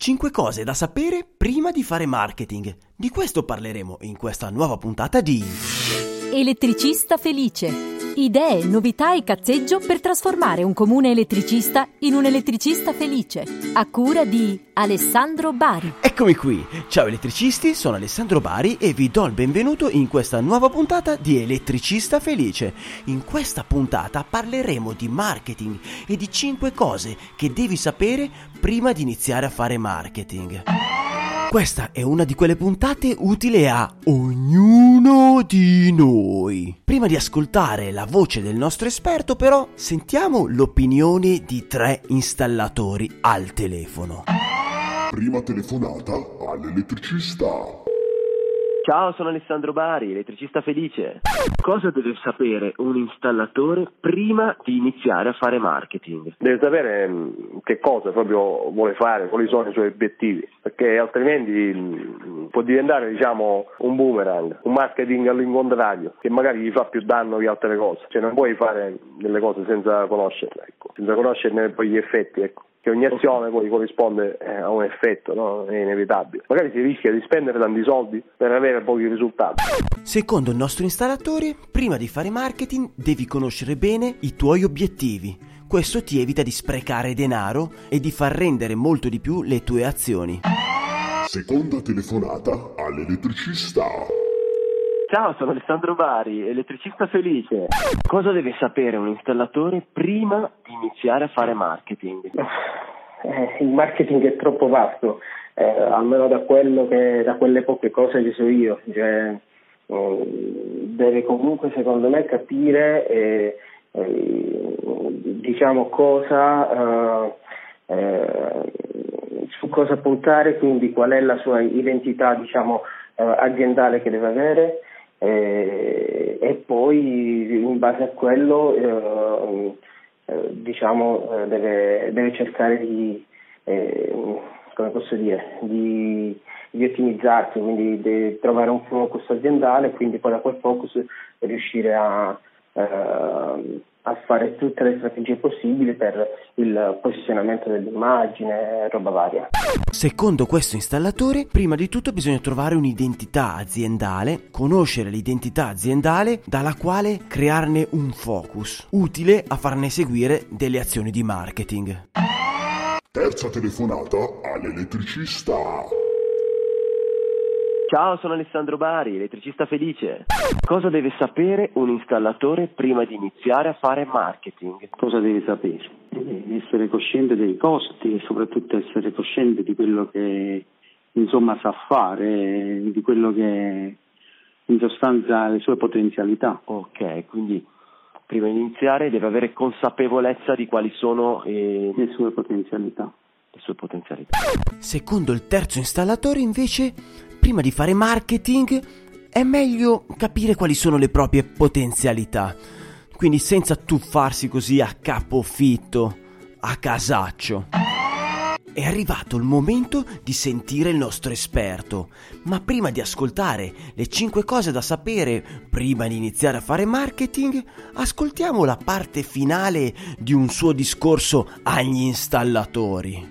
5 cose da sapere prima di fare marketing. Di questo parleremo in questa nuova puntata di Elettricista felice. Idee, novità e cazzeggio per trasformare un comune elettricista in un elettricista felice. A cura di Alessandro Bari. Eccomi qui, ciao elettricisti, sono Alessandro Bari e vi do il benvenuto in questa nuova puntata di Elettricista Felice. In questa puntata parleremo di marketing e di 5 cose che devi sapere prima di iniziare a fare marketing. Questa è una di quelle puntate utile a ognuno di noi. Prima di ascoltare la voce del nostro esperto, però, sentiamo l'opinione di 3 installatori al telefono. Prima telefonata all'elettricista. Ciao, sono Alessandro Bari, elettricista felice. Cosa deve sapere un installatore prima di iniziare a fare marketing? Deve sapere che cosa proprio vuole fare, quali sono i suoi obiettivi, perché altrimenti può diventare, un boomerang, un marketing all'incontrario, che magari gli fa più danno che altre cose. Cioè non puoi fare delle cose senza conoscerle, senza conoscerne poi gli effetti, che ogni azione poi corrisponde a un effetto, no? È inevitabile. Magari si rischia di spendere tanti soldi per avere pochi risultati. Secondo il nostro installatore, prima di fare marketing devi conoscere bene i tuoi obiettivi. Questo ti evita di sprecare denaro e di far rendere molto di più le tue azioni. Seconda telefonata all'elettricista. Ciao, sono Alessandro Bari, elettricista felice. Cosa deve sapere un installatore prima di iniziare a fare marketing? Il marketing è troppo vasto, almeno da quelle poche cose che so io. Deve comunque, secondo me, capire su cosa puntare, quindi qual è la sua identità aziendale che deve avere, e poi in base a quello deve cercare di ottimizzarsi, quindi di trovare un focus aziendale, quindi poi da quel focus riuscire a fare tutte le strategie possibili per il posizionamento dell'immagine, roba varia. Secondo questo installatore, prima di tutto bisogna trovare un'identità aziendale, conoscere l'identità aziendale dalla quale crearne un focus, utile a farne seguire delle azioni di marketing. Terza telefonata all'elettricista. Ciao, sono Alessandro Bari, elettricista felice. Cosa deve sapere un installatore prima di iniziare a fare marketing? Cosa deve sapere? Essere cosciente dei costi e soprattutto essere cosciente di quello che sa fare, di quello che in sostanza le sue potenzialità. Ok, quindi prima di iniziare deve avere consapevolezza di quali sono le sue potenzialità. Secondo il terzo installatore, invece, prima di fare marketing è meglio capire quali sono le proprie potenzialità, quindi senza tuffarsi così a capofitto, a casaccio. È arrivato il momento di sentire il nostro esperto, ma prima di ascoltare le 5 cose da sapere prima di iniziare a fare marketing, ascoltiamo la parte finale di un suo discorso agli installatori.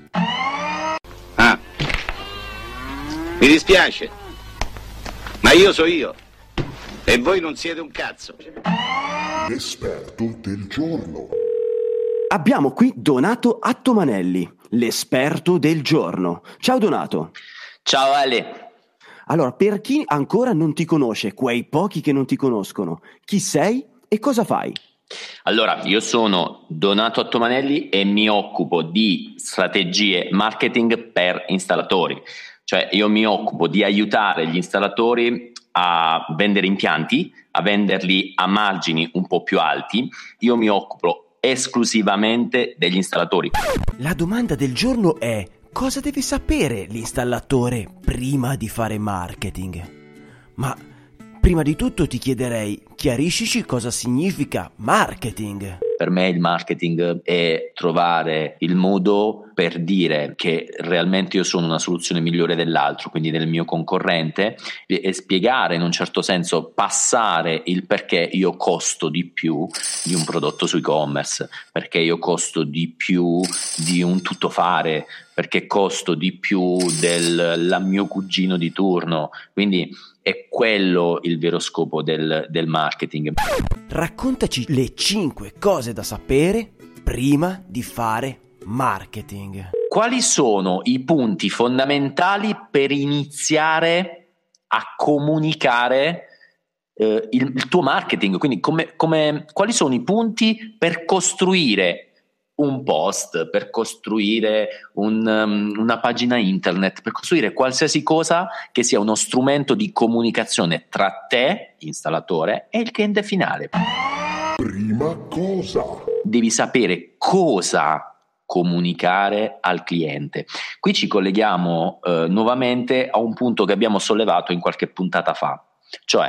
Mi dispiace, ma io so io e voi non siete un cazzo. L'esperto del giorno. Abbiamo qui Donato Attomanelli, l'esperto del giorno. Ciao Donato. Ciao Ale. Allora, per chi ancora non ti conosce, quei pochi che non ti conoscono, chi sei e cosa fai? Allora, io sono Donato Attomanelli e mi occupo di strategie marketing per installatori. Cioè io mi occupo di aiutare gli installatori a vendere impianti, a venderli a margini un po' più alti. Io mi occupo esclusivamente degli installatori. La domanda del giorno è: cosa deve sapere l'installatore prima di fare marketing? Ma prima di tutto ti chiederei, chiariscici cosa significa marketing. Per me il marketing è trovare il modo per dire che realmente io sono una soluzione migliore dell'altro, quindi del mio concorrente, e spiegare in un certo senso, passare il perché io costo di più di un prodotto su e-commerce, perché io costo di più di un tuttofare, perché costo di più del mio cugino di turno. Quindi è quello il vero scopo del marketing. Raccontaci le 5 cose da sapere prima di fare marketing. Quali sono i punti fondamentali per iniziare a comunicare il tuo marketing? Quindi quali sono i punti per costruire un post, per costruire una pagina internet, per costruire qualsiasi cosa che sia uno strumento di comunicazione tra te, installatore, e il cliente finale? Prima cosa. Devi sapere cosa comunicare al cliente. Qui ci colleghiamo nuovamente a un punto che abbiamo sollevato in qualche puntata fa, cioè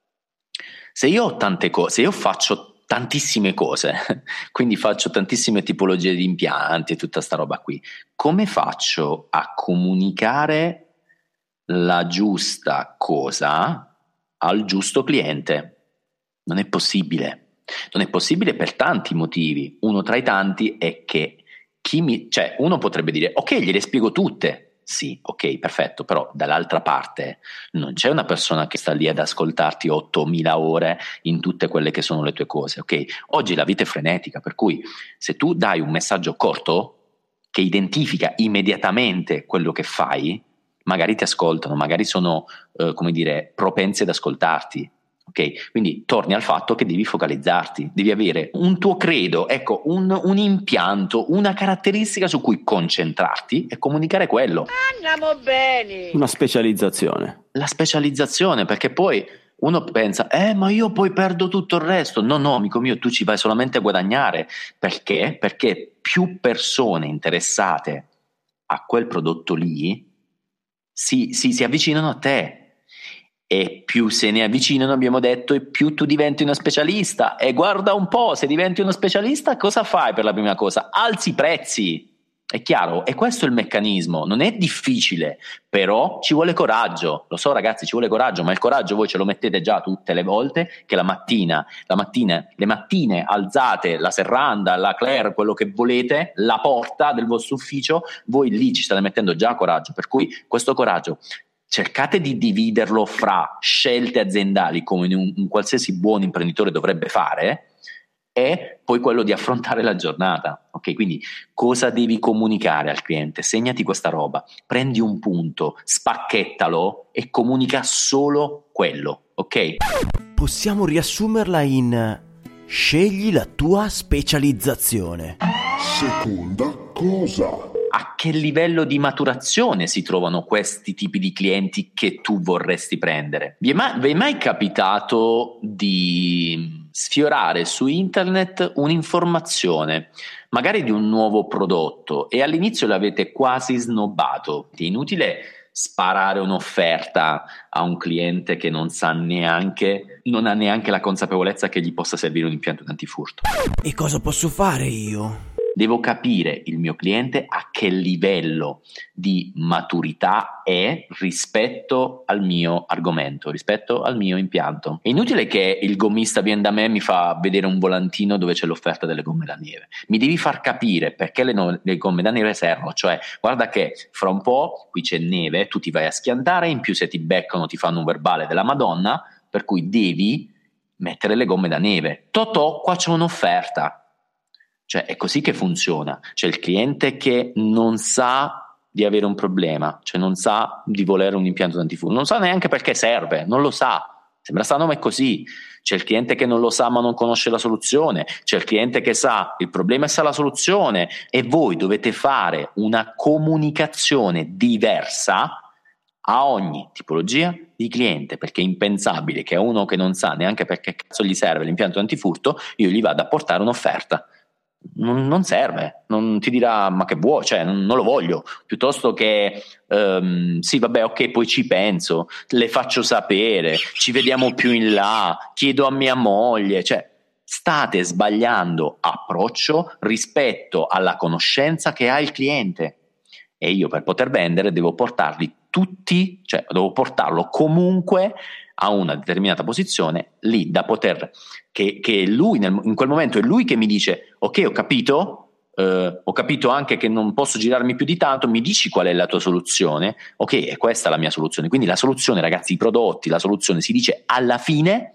se io ho tante cose, se io faccio tantissime cose, quindi faccio tantissime tipologie di impianti e tutta sta roba qui, come faccio a comunicare la giusta cosa al giusto cliente? Non è possibile. Non è possibile per tanti motivi. Uno tra i tanti è che uno potrebbe dire ok, gliele spiego tutte. Sì, ok, perfetto, però dall'altra parte non c'è una persona che sta lì ad ascoltarti 8.000 ore in tutte quelle che sono le tue cose, ok? Oggi la vita è frenetica, per cui se tu dai un messaggio corto che identifica immediatamente quello che fai, magari ti ascoltano, magari sono, propensi ad ascoltarti. Ok, quindi torni al fatto che devi focalizzarti, devi avere un tuo credo, ecco, un impianto, una caratteristica su cui concentrarti e comunicare quello. Andiamo bene! Una specializzazione. La specializzazione, perché poi uno pensa, ma io poi perdo tutto il resto. No, amico mio, tu ci vai solamente a guadagnare. Perché? Perché più persone interessate a quel prodotto lì si avvicinano a te. E più se ne avvicinano, abbiamo detto, e più tu diventi uno specialista. E guarda un po', se diventi uno specialista, cosa fai per la prima cosa? Alzi i prezzi, è chiaro? E questo è il meccanismo. Non è difficile, però ci vuole coraggio. Lo so ragazzi, ci vuole coraggio, ma il coraggio voi ce lo mettete già tutte le volte che le mattine alzate la serranda, la Claire, quello che volete, la porta del vostro ufficio, voi lì ci state mettendo già coraggio. Per cui questo coraggio cercate di dividerlo fra scelte aziendali, come un qualsiasi buon imprenditore dovrebbe fare, e poi quello di affrontare la giornata. Ok, quindi cosa devi comunicare al cliente? Segnati questa roba, prendi un punto, spacchettalo e comunica solo quello. Ok? Possiamo riassumerla in scegli la tua specializzazione. Seconda cosa. A che livello di maturazione si trovano questi tipi di clienti che tu vorresti prendere? Vi è mai capitato di sfiorare su internet un'informazione, magari di un nuovo prodotto, e all'inizio l'avete quasi snobbato? È inutile sparare un'offerta a un cliente che non ha neanche la consapevolezza che gli possa servire un impianto antifurto. E cosa posso fare io? Devo capire il mio cliente a che livello di maturità è rispetto al mio argomento, rispetto al mio impianto. È inutile che il gommista viene da me e mi fa vedere un volantino dove c'è l'offerta delle gomme da neve. Mi devi far capire perché le gomme da neve servono, cioè guarda che fra un po' qui c'è neve, tu ti vai a schiantare, in più se ti beccano ti fanno un verbale della Madonna, per cui devi mettere le gomme da neve. Totò, qua c'è un'offerta. Cioè è così che funziona. C'è il cliente che non sa di avere un problema, cioè non sa di volere un impianto antifurto, non sa neanche perché serve, non lo sa. Sembra strano ma è così. C'è il cliente che non lo sa ma non conosce la soluzione, c'è il cliente che sa il problema e sa la soluzione, e voi dovete fare una comunicazione diversa a ogni tipologia di cliente, perché è impensabile che a uno che non sa neanche perché cazzo gli serve l'impianto antifurto io gli vada a portare un'offerta. Non serve, non ti dirà ma che vuoi, cioè non lo voglio, piuttosto che sì vabbè ok poi ci penso, le faccio sapere, ci vediamo più in là, chiedo a mia moglie, cioè state sbagliando approccio rispetto alla conoscenza che ha il cliente. E io per poter vendere devo portarli tutti, cioè devo portarlo comunque a una determinata posizione lì da poter, che lui in quel momento è lui che mi dice ok, ho capito anche che non posso girarmi più di tanto, mi dici qual è la tua soluzione? Ok, è questa la mia soluzione. Quindi la soluzione, ragazzi, i prodotti, la soluzione si dice alla fine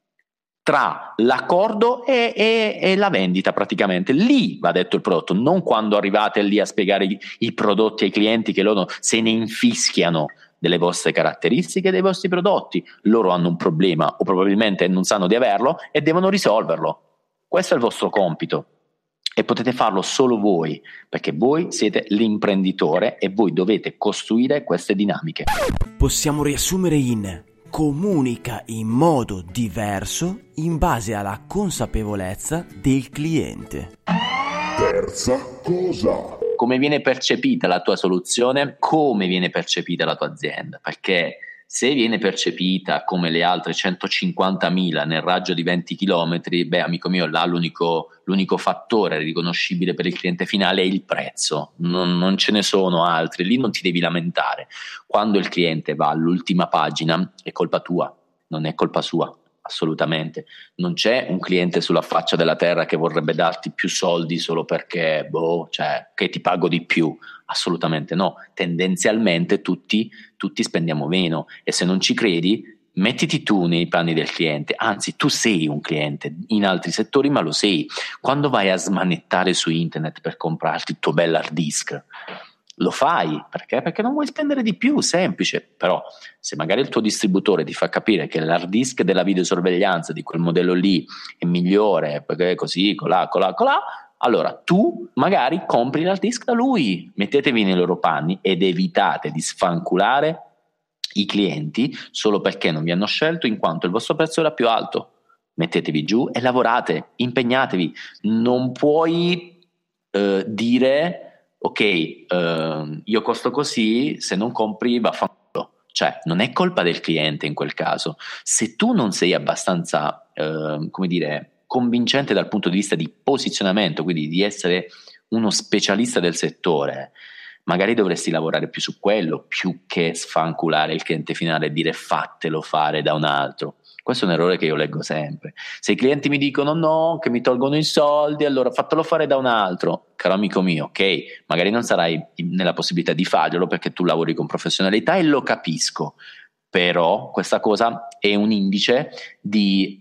tra l'accordo e la vendita, praticamente. Lì va detto il prodotto, non quando arrivate lì a spiegare i prodotti ai clienti che loro se ne infischiano delle vostre caratteristiche, dei vostri prodotti. Loro hanno un problema o probabilmente non sanno di averlo e devono risolverlo. Questo è il vostro compito. E potete farlo solo voi, perché voi siete l'imprenditore e voi dovete costruire queste dinamiche. Possiamo riassumere in: comunica in modo diverso in base alla consapevolezza del cliente. Terza cosa. Come viene percepita la tua soluzione, come viene percepita la tua azienda, perché se viene percepita come le altre 150.000 nel raggio di 20 km, beh, amico mio, là l'unico fattore riconoscibile per il cliente finale è il prezzo, non ce ne sono altri, lì non ti devi lamentare. Quando il cliente va all'ultima pagina è colpa tua, non è colpa sua, assolutamente. Non c'è un cliente sulla faccia della terra che vorrebbe darti più soldi solo perché, che ti pago di più. Assolutamente no, tendenzialmente tutti spendiamo meno, e se non ci credi mettiti tu nei panni del cliente, anzi tu sei un cliente in altri settori, ma lo sei. Quando vai a smanettare su internet per comprarti il tuo bel hard disk, lo fai perché non vuoi spendere di più, semplice. Però se magari il tuo distributore ti fa capire che l'hard disk della videosorveglianza di quel modello lì è migliore, perché così, colà, allora tu magari compri l'hard disk da lui. Mettetevi nei loro panni ed evitate di sfanculare i clienti solo perché non vi hanno scelto in quanto il vostro prezzo era più alto. Mettetevi giù e lavorate, impegnatevi. Non puoi dire ok, io costo così, se non compri vaffanculo. Cioè non è colpa del cliente in quel caso. Se tu non sei abbastanza convincente dal punto di vista di posizionamento, quindi di essere uno specialista del settore, magari dovresti lavorare più su quello, più che sfanculare il cliente finale e dire fatelo fare da un altro. Questo è un errore che io leggo sempre. Se i clienti mi dicono no, che mi tolgono i soldi, allora fatelo fare da un altro. Caro amico mio, ok, magari non sarai nella possibilità di farglielo perché tu lavori con professionalità e lo capisco, però questa cosa è un indice di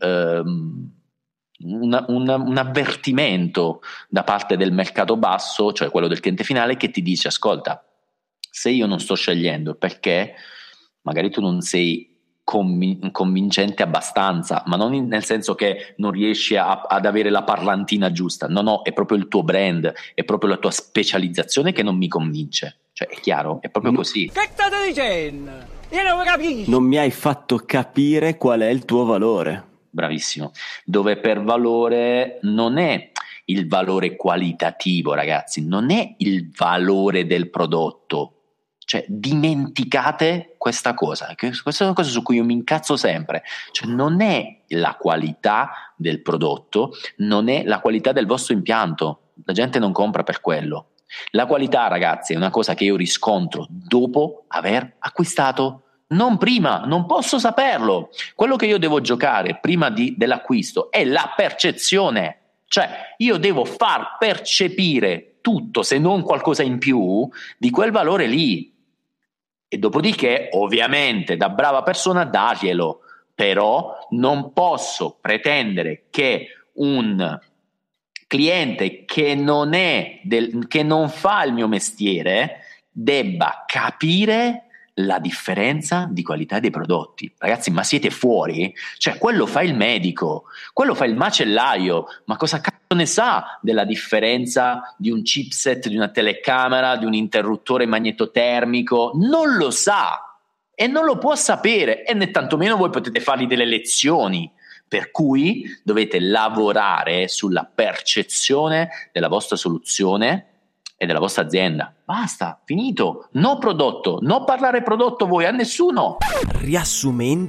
un avvertimento da parte del mercato basso, cioè quello del cliente finale, che ti dice ascolta, se io non sto scegliendo perché magari tu non sei convincente abbastanza, ma non nel senso che non riesci ad avere la parlantina giusta, no, è proprio il tuo brand, è proprio la tua specializzazione che non mi convince. Cioè è chiaro, è proprio così. Che state dicendo? Io non lo capisco. Non mi hai fatto capire qual è il tuo valore. Bravissimo. Dove per valore non è il valore qualitativo, ragazzi, non è il valore del prodotto. Cioè dimenticate questa cosa, questa è una cosa su cui io mi incazzo sempre. Cioè non è la qualità del prodotto, non è la qualità del vostro impianto, la gente non compra per quello. La qualità, ragazzi, è una cosa che io riscontro dopo aver acquistato, non prima, non posso saperlo. Quello che io devo giocare prima dell'acquisto è la percezione. Cioè io devo far percepire tutto, se non qualcosa in più, di quel valore lì. E dopodiché, ovviamente, da brava persona darglielo. Però non posso pretendere che un cliente che non fa il mio mestiere debba capire la differenza di qualità dei prodotti. Ragazzi, ma siete fuori? Cioè, quello fa il medico, quello fa il macellaio, ma cosa cazzo ne sa della differenza di un chipset, di una telecamera, di un interruttore magnetotermico? Non lo sa e non lo può sapere, e né tantomeno voi potete fargli delle lezioni. Per cui dovete lavorare sulla percezione della vostra soluzione e della vostra azienda. Basta, finito. No prodotto, no parlare prodotto voi a nessuno. Riassumendo,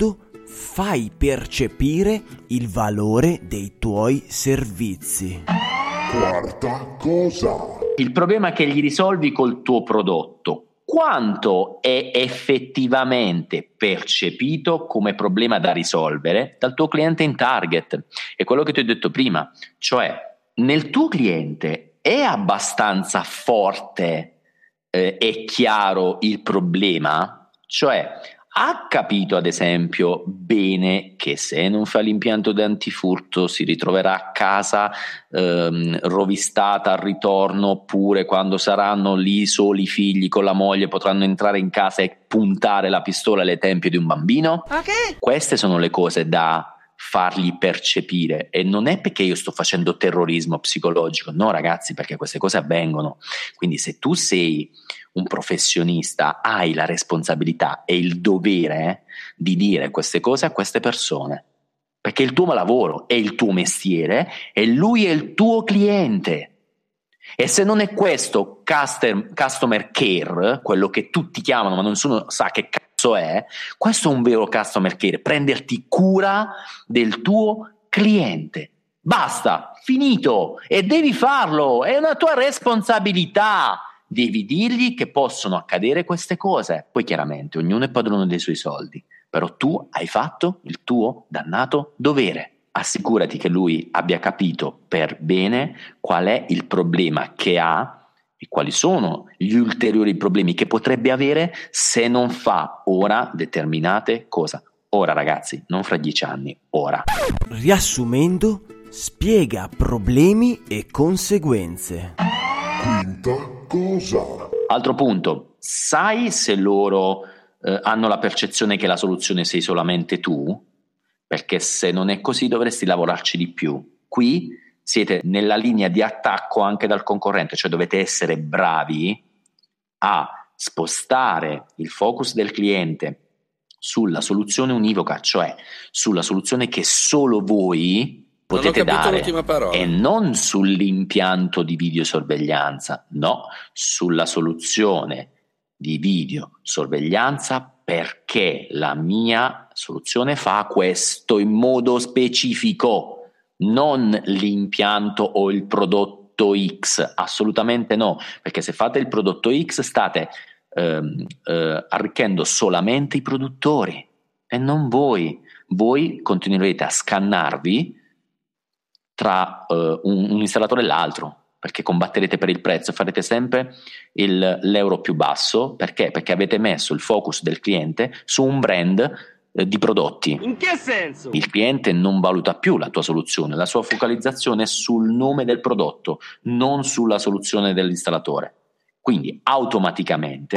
fai percepire il valore dei tuoi servizi. Quarta cosa. Il problema che gli risolvi col tuo prodotto. Quanto è effettivamente percepito come problema da risolvere dal tuo cliente in target? È quello che ti ho detto prima, cioè nel tuo cliente è abbastanza forte e chiaro il problema? Cioè ha capito ad esempio bene che se non fa l'impianto di antifurto si ritroverà a casa rovistata al ritorno, oppure quando saranno lì soli i figli con la moglie potranno entrare in casa e puntare la pistola alle tempie di un bambino? Okay. Queste sono le cose da fargli percepire, e non è perché io sto facendo terrorismo psicologico, no ragazzi, perché queste cose avvengono. Quindi se tu sei un professionista hai la responsabilità e il dovere di dire queste cose a queste persone, perché è il tuo lavoro, è il tuo mestiere e lui è il tuo cliente. E se non è questo customer care, quello che tutti chiamano ma nessuno sa che cazzo è, questo è un vero customer care, prenderti cura del tuo cliente. Basta, finito, e devi farlo, è una tua responsabilità. Devi dirgli che possono accadere queste cose. Poi chiaramente ognuno è padrone dei suoi soldi, però tu hai fatto il tuo dannato dovere. Assicurati che lui abbia capito per bene qual è il problema che ha e quali sono gli ulteriori problemi che potrebbe avere se non fa ora determinate cose. Ora ragazzi, non fra 10 anni, ora. Riassumendo, spiega problemi e conseguenze. Quinta cosa. Altro punto, sai se loro hanno la percezione che la soluzione sei solamente tu? Perché se non è così dovresti lavorarci di più. Qui siete nella linea di attacco anche dal concorrente, cioè dovete essere bravi a spostare il focus del cliente sulla soluzione univoca, cioè sulla soluzione che solo voi potete dare, e non sull'impianto di videosorveglianza, no, sulla soluzione di videosorveglianza, perché la mia soluzione fa questo in modo specifico, non l'impianto o il prodotto X, assolutamente no, perché se fate il prodotto X state arricchendo solamente i produttori e non voi continuerete a scannarvi tra un installatore e l'altro, perché combatterete per il prezzo e farete sempre l'euro più basso. Perché? Perché avete messo il focus del cliente su un brand di prodotti. In che senso? Il cliente non valuta più la tua soluzione, la sua focalizzazione è sul nome del prodotto, non sulla soluzione dell'installatore. Quindi automaticamente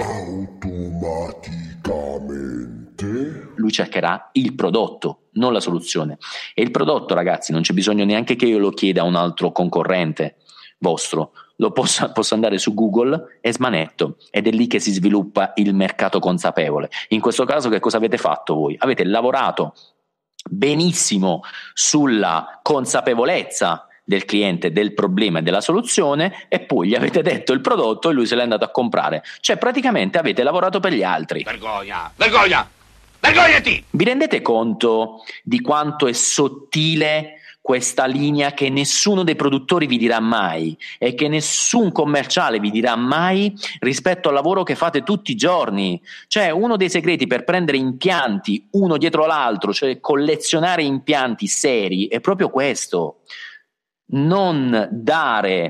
lui cercherà il prodotto, non la soluzione. E il prodotto, ragazzi, non c'è bisogno neanche che io lo chieda a un altro concorrente vostro, lo posso andare su Google e smanetto, ed è lì che si sviluppa il mercato consapevole. In questo caso che cosa avete fatto voi? Avete lavorato benissimo sulla consapevolezza del cliente, del problema e della soluzione, e poi gli avete detto il prodotto e lui se l'è andato a comprare. Cioè praticamente avete lavorato per gli altri. Vergogna, vergogna, vergognati! Vi rendete conto di quanto è sottile questa linea che nessuno dei produttori vi dirà mai e che nessun commerciale vi dirà mai rispetto al lavoro che fate tutti i giorni? Cioè, uno dei segreti per prendere impianti uno dietro l'altro, cioè collezionare impianti seri, è proprio questo: non dare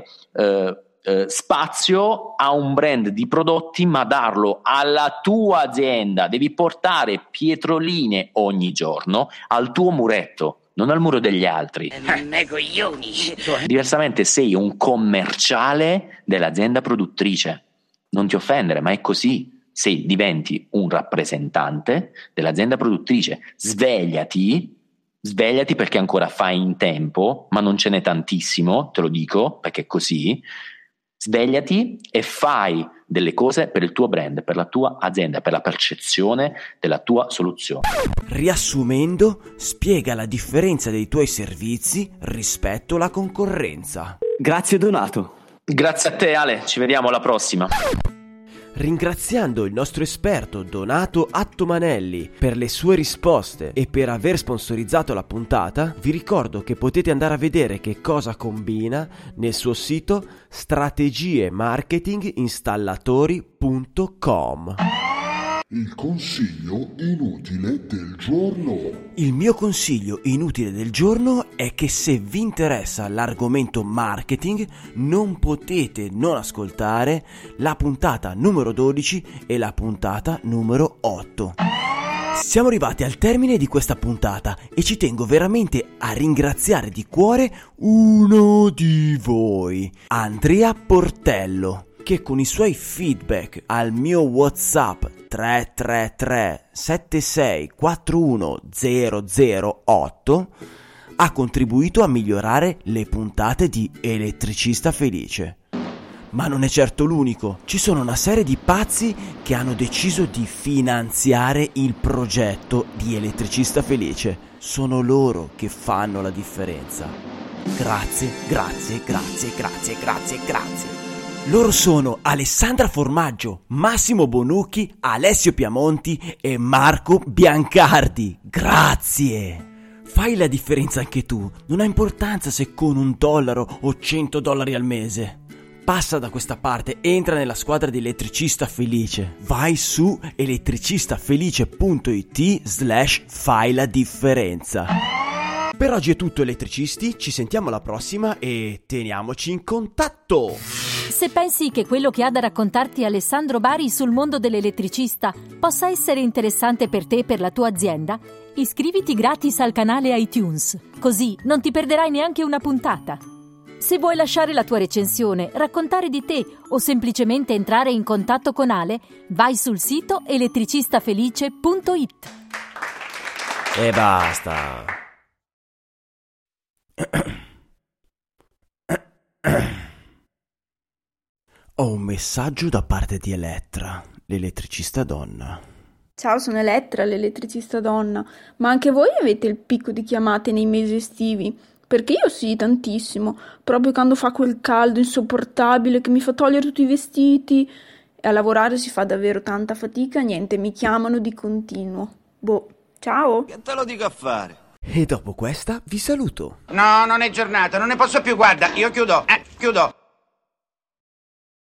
spazio a un brand di prodotti, ma darlo alla tua azienda. Devi portare pietroline ogni giorno al tuo muretto, non al muro degli altri. Diversamente sei un commerciale dell'azienda produttrice. Non ti offendere, ma è così. Se diventi un rappresentante dell'azienda produttrice, svegliati perché ancora fai in tempo, ma non ce n'è tantissimo, te lo dico, perché è così. Svegliati e fai delle cose per il tuo brand, per la tua azienda, per la percezione della tua soluzione. Riassumendo, spiega la differenza dei tuoi servizi rispetto alla concorrenza. Grazie Donato. Grazie a te Ale, ci vediamo alla prossima. Ringraziando il nostro esperto Donato Attomanelli per le sue risposte e per aver sponsorizzato la puntata, vi ricordo che potete andare a vedere che cosa combina nel suo sito strategiemarketinginstallatori.com. Il consiglio inutile del giorno. Il mio consiglio inutile del giorno è che se vi interessa l'argomento marketing non potete non ascoltare la puntata numero 12 e la puntata numero 8. Siamo arrivati al termine di questa puntata e ci tengo veramente a ringraziare di cuore uno di voi, Andrea Portello, che con i suoi feedback al mio WhatsApp 333 76 41 008 ha contribuito a migliorare le puntate di Elettricista Felice. Ma non è certo l'unico, ci sono una serie di pazzi che hanno deciso di finanziare il progetto di Elettricista Felice. Sono loro che fanno la differenza. Grazie, grazie, grazie, grazie, grazie, grazie. Loro sono Alessandra Formaggio, Massimo Bonucchi, Alessio Piamonti e Marco Biancardi. Grazie! Fai la differenza anche tu, non ha importanza se con $1 o $100 al mese. Passa da questa parte, entra nella squadra di Elettricista Felice. Vai su elettricistafelice.it/fai la differenza. Per oggi è tutto, elettricisti, ci sentiamo alla prossima e teniamoci in contatto! Se pensi che quello che ha da raccontarti Alessandro Bari sul mondo dell'elettricista possa essere interessante per te e per la tua azienda, iscriviti gratis al canale iTunes, così non ti perderai neanche una puntata. Se vuoi lasciare la tua recensione, raccontare di te o semplicemente entrare in contatto con Ale, vai sul sito elettricistafelice.it. E basta! Ho un messaggio da parte di Elettra, l'elettricista donna. Ciao, sono Elettra, l'elettricista donna. Ma anche voi avete il picco di chiamate nei mesi estivi? Perché io sì, tantissimo. Proprio quando fa quel caldo insopportabile che mi fa togliere tutti i vestiti. E a lavorare si fa davvero tanta fatica, niente, mi chiamano di continuo. Boh, ciao! Che te lo dico a fare? E dopo questa vi saluto. No, non è giornata, non ne posso più, guarda, io chiudo.